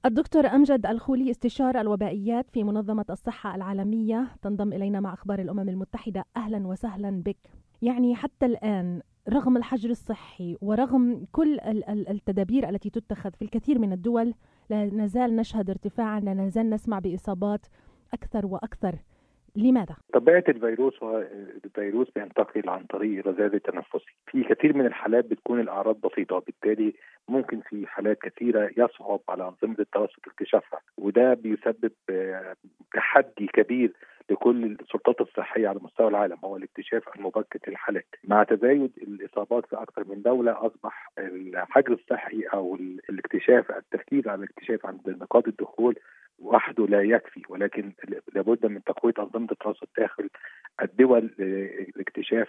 الدكتور أمجد الخولي، استشاري الوبائيات في منظمة الصحة العالمية، تنضم إلينا مع أخبار الأمم المتحدة. أهلا وسهلا بك. يعني حتى الآن رغم الحجر الصحي ورغم كل التدابير التي تتخذ في الكثير من الدول، لا نزال نشهد ارتفاعا، لا نزال نسمع بإصابات أكثر وأكثر. لماذا؟ طبيعة الفيروس هو الفيروس بينتقل عن طريق الرذاذ التنفسي. في كثير من الحالات بتكون الأعراض بسيطة، وبالتالي ممكن في حالات كثيرة يصعب على أنظمة الترصد اكتشافها، وده بيسبب تحدي كبير لكل السلطات الصحية على مستوى العالم، هو الاكتشاف المبكر للحالات. مع تزايد الإصابات في أكثر من دولة، أصبح الحجر الصحي أو الاكتشاف، التركيز على الاكتشاف عند نقاط الدخول وحده لا يكفي، ولكن لابد من تقوية أنظمة الترصد داخل الدول لاكتشاف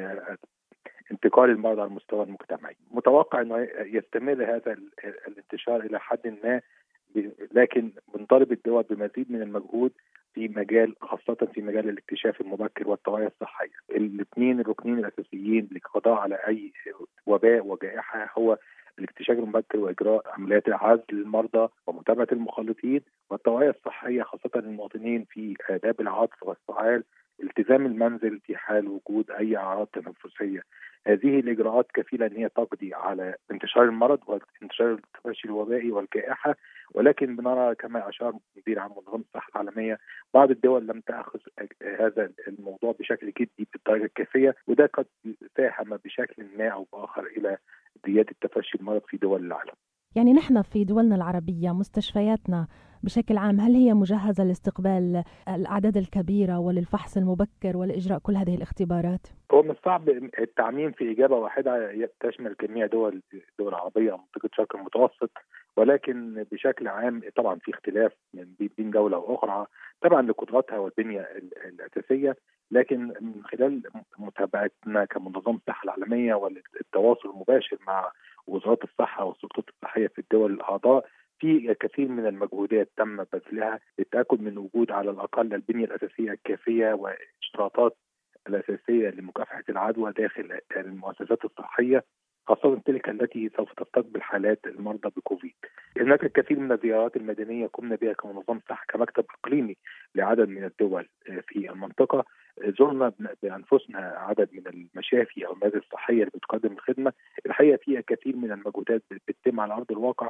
انتقال المرض على المستوى المجتمعي. متوقع أنه يستمر هذا الانتشار إلى حد ما، لكن بنطالب الدول بمزيد من المجهود في مجال، خاصة في مجال الاكتشاف المبكر والتوعية الصحية. الاثنين الركنين الأساسيين للقضاء على أي وباء وجائحة هو الاكتشاف المبكر وإجراء عمليات العزل للمرضى ومتابعة المخالطين، والتوعية الصحية خاصة للمواطنين في آداب العطف والسعال، التزام المنزل في حال وجود أي أعراض تنفسية. هذه الإجراءات كفيلة أن هي تقضي على انتشار المرض وانتشار التفشي الوبائي والجائحة، ولكن بنرى كما أشار مدير عام منظمة الصحة العالمية بعض الدول لم تأخذ هذا الموضوع بشكل جدي بالدرجة الكافية، وده قد ساهم بشكل ما أو بآخر إلى زيادة تفشي المرض في دول العالم. يعني نحن في دولنا العربية مستشفياتنا بشكل عام، هل هي مجهزة لاستقبال الأعداد الكبيرة وللفحص المبكر ولإجراء كل هذه الاختبارات؟ هو من الصعب التعميم في إجابة واحدة تشمل جميع دول العربية أو منطقة الشرق المتوسط، ولكن بشكل عام طبعا في اختلاف من بين دولة وأخرى طبعا لقدراتها والبنية الأساسية، لكن من خلال متابعتنا كمنظمة الصحة العالمية والتواصل المباشر مع وزارات الصحة والسلطات الصحية في الدول الأعضاء، في كثير من المجهودات تم بذلها للتأكد من وجود على الأقل البنية الأساسية الكافية واشتراطات الأساسية لمكافحة العدوى داخل المؤسسات الصحية، خاصة تلك التي سوف تستقبل حالات المرضى بكوفيد. هناك الكثير من الزيارات المدنية قمنا بها كمنظمة صحة كمكتب إقليمي لعدد من الدول في المنطقة. زرنا بأنفسنا عدد من المشافي أو المراكز الصحية اللي بتقدم الخدمة. الحقيقة فيها كثير من المجهودات بتتم على أرض الواقع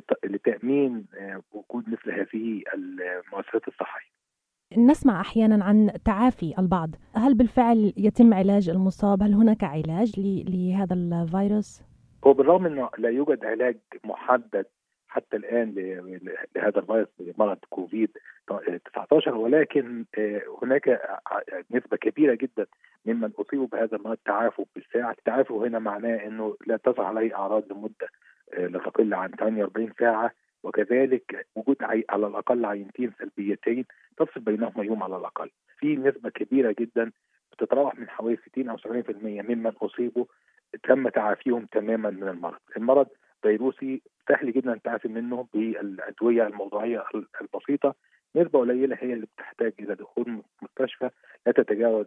لتأمين وجود مثل هذه المؤسسات الصحية. نسمع أحيانا عن تعافي البعض، هل بالفعل يتم علاج المصاب؟ هل هناك علاج لهذا الفيروس؟ هو بالرغم أنه لا يوجد علاج محدد حتى الآن لهذا الفيروس، مرض كوفيد 19، ولكن هناك نسبة كبيرة جدا ممن أصيبوا بهذا المرض تعافوا بالساعة. التعافي هنا معناه أنه لا تظهر عليه أعراض لمدة لا تقل عن 48 ساعة، وكذلك وجود على الأقل عينتين سلبيتين تفصل بينهما يوم على الأقل. في نسبة كبيرة جدا بتتراوح من حوالي 60 أو 70% ممن أصيبوا تم تعافيهم تماما من المرض فيروسي سهل جدا التعافي منه بالأدوية الموضعية البسيطة. نسبة قليلة هي اللي بتحتاج إلى دخول مستشفى لا تتجاوز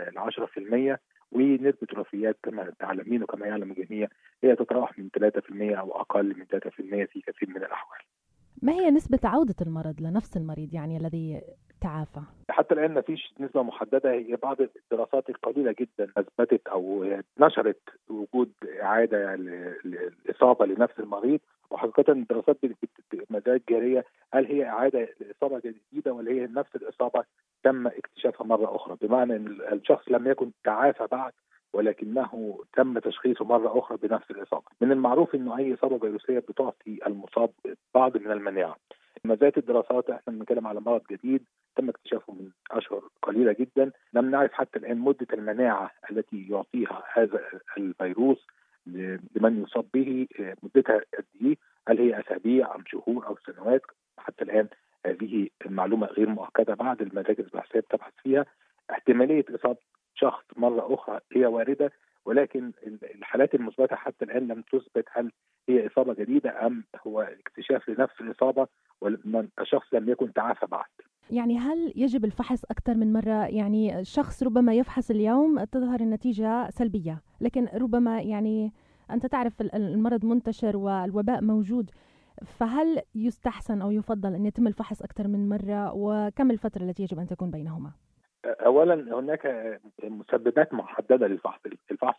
10%، ونسبة الوفيات كما تعلمين وكما يعلم الجميع هي تتراوح من 3% أو أقل من 3% في كثير من الأحوال. ما هي نسبة عودة المرض لنفس المريض يعني الذي تعافى؟ حتى الآن ما فيش نسبة محددة. هي بعض الدراسات القليلة جدا أثبتت أو نشرت وجود إعادة للإصابة لنفس المريض، وحقيقة الدراسات ما زالت جارية. هل هي إعادة لإصابة جديدة ولا هي نفس الإصابة تم اكتشافها مرة أخرى، بمعنى أن الشخص لم يكن تعافى بعد ولكنه تم تشخيصه مرة أخرى بنفس الإصابة. من المعروف أن أي إصابة فيروسية بتعطي المصاب بعض من المناعة. ما زالت الدراسات، احنا بنتكلم على مرض جديد تم اكتشافه من أشهر قليلة جدا، لم نعرف حتى الآن مدة المناعة التي يعطيها هذا الفيروس لمن يصاب به مدتها قد إيه، هل هي أسابيع أم شهور أو سنوات. حتى الآن هذه المعلومة غير مؤكدة، بعض المراكز البحثية تبحث فيها. احتمالية إصابة شخص مرة أخرى هي واردة، ولكن الحالات المثبتة حتى الآن لم تثبت هل هي إصابة جديدة أم هو اكتشاف لنفس الإصابة والشخص لم يكن تعافى بعد. يعني هل يجب الفحص أكثر من مرة؟ يعني الشخص ربما يفحص اليوم تظهر النتيجة سلبية، لكن ربما يعني أنت تعرف المرض منتشر والوباء موجود، فهل يستحسن أو يفضل أن يتم الفحص أكثر من مرة، وكم الفترة التي يجب أن تكون بينهما؟ اولا هناك مسببات محدده للفحص. الفحص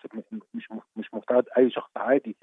مش مفترض اي شخص عادي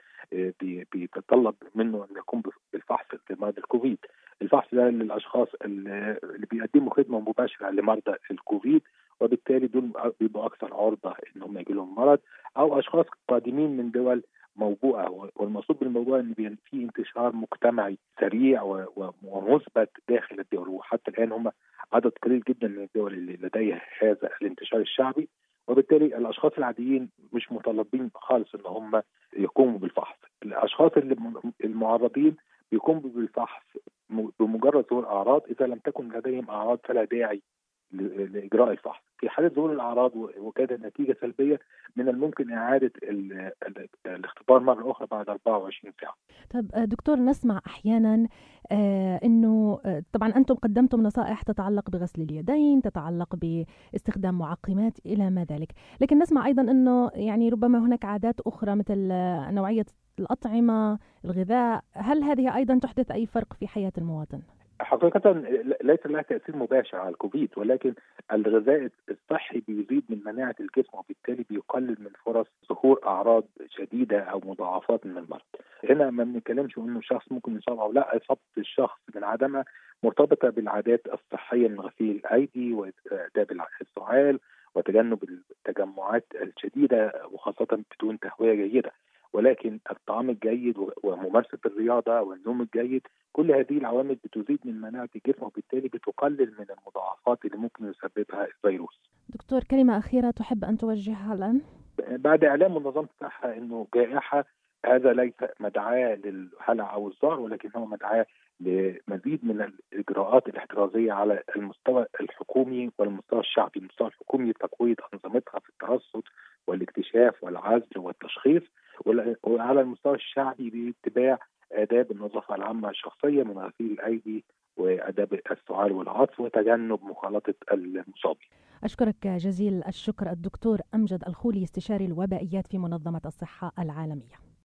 بيتطلب منه ان يقوم بالفحص لمرضى الكوفيد. الفحص ده للاشخاص اللي بيقدموا خدمه مباشره لمرضى الكوفيد، وبالتالي دول بيبقوا اكثر عرضه ان هم يجي لهم مرض، او اشخاص قادمين من دول موبوءه. والمقصود بالموضوع ان في انتشار مجتمعي سريع ومثبت داخل الدول، وحتى الان هم عدد قليل جدا من الدول اللي لديها هذا الانتشار الشعبي. وبالتالي الاشخاص العاديين مش مطالبين خالص ان هم يقوموا بالفحص. الاشخاص المعرضين بيقوموا بالفحص بمجرد ظهور اعراض. اذا لم تكن لديهم اعراض فلا داعي لاجراء الفحص. في حاله ظهور الاعراض وكانت النتيجه سلبيه، من الممكن اعاده الاختبار مره اخرى بعد 24 ساعه. طب دكتور، نسمع احيانا انه طبعا انتم قدمتم نصائح تتعلق بغسل اليدين، تتعلق باستخدام معقمات الى ما ذلك، لكن نسمع ايضا انه يعني ربما هناك عادات اخرى مثل نوعيه الأطعمة، الغذاء. هل هذه ايضا تحدث اي فرق في حياة المواطن؟ حقيقة ليس لها تأثير مباشر على الكوفيد، ولكن الغذاء الصحي بيزيد من مناعة الجسم، وبالتالي بيقلل من فرص ظهور أعراض شديدة أو مضاعفات من المرض. هنا ما بنتكلمش إنه شخص ممكن يصاب أو لا. إصابة الشخص من عدمها مرتبطة بالعادات الصحية من غسيل الأيدي وآداب السعال وتجنب التجمعات الشديدة، وخاصة بدون تهوية جيدة. ولكن الطعام الجيد وممارسة الرياضة والنوم الجيد، كل هذه العوامل بتزيد من مناعة الجسم، وبالتالي بتقلل من المضاعفات اللي ممكن يسببها الفيروس. دكتور، كلمة أخيرة تحب أن توجهها الآن؟ بعد إعلان منظمة الصحة إنه جائحة، هذا ليس مدعاة للهلع أو الذعر، ولكن هو مدعاة لمزيد من الإجراءات الاحترازية على المستوى الحكومي والمستوى الشعبي. المستوى الحكومي تقوية أنظمتها في الترصد والاكتشاف والعزل والتشخيص، وعلى المستوى الشعبي باتباع آداب النظافة العامة الشخصية من غسيل الأيدي وآداب السعال والعطس وتجنب مخالطة المصابين. أشكرك جزيل الشكر الدكتور أمجد الخولي، استشاري الوبائيات في منظمة الصحة العالمية.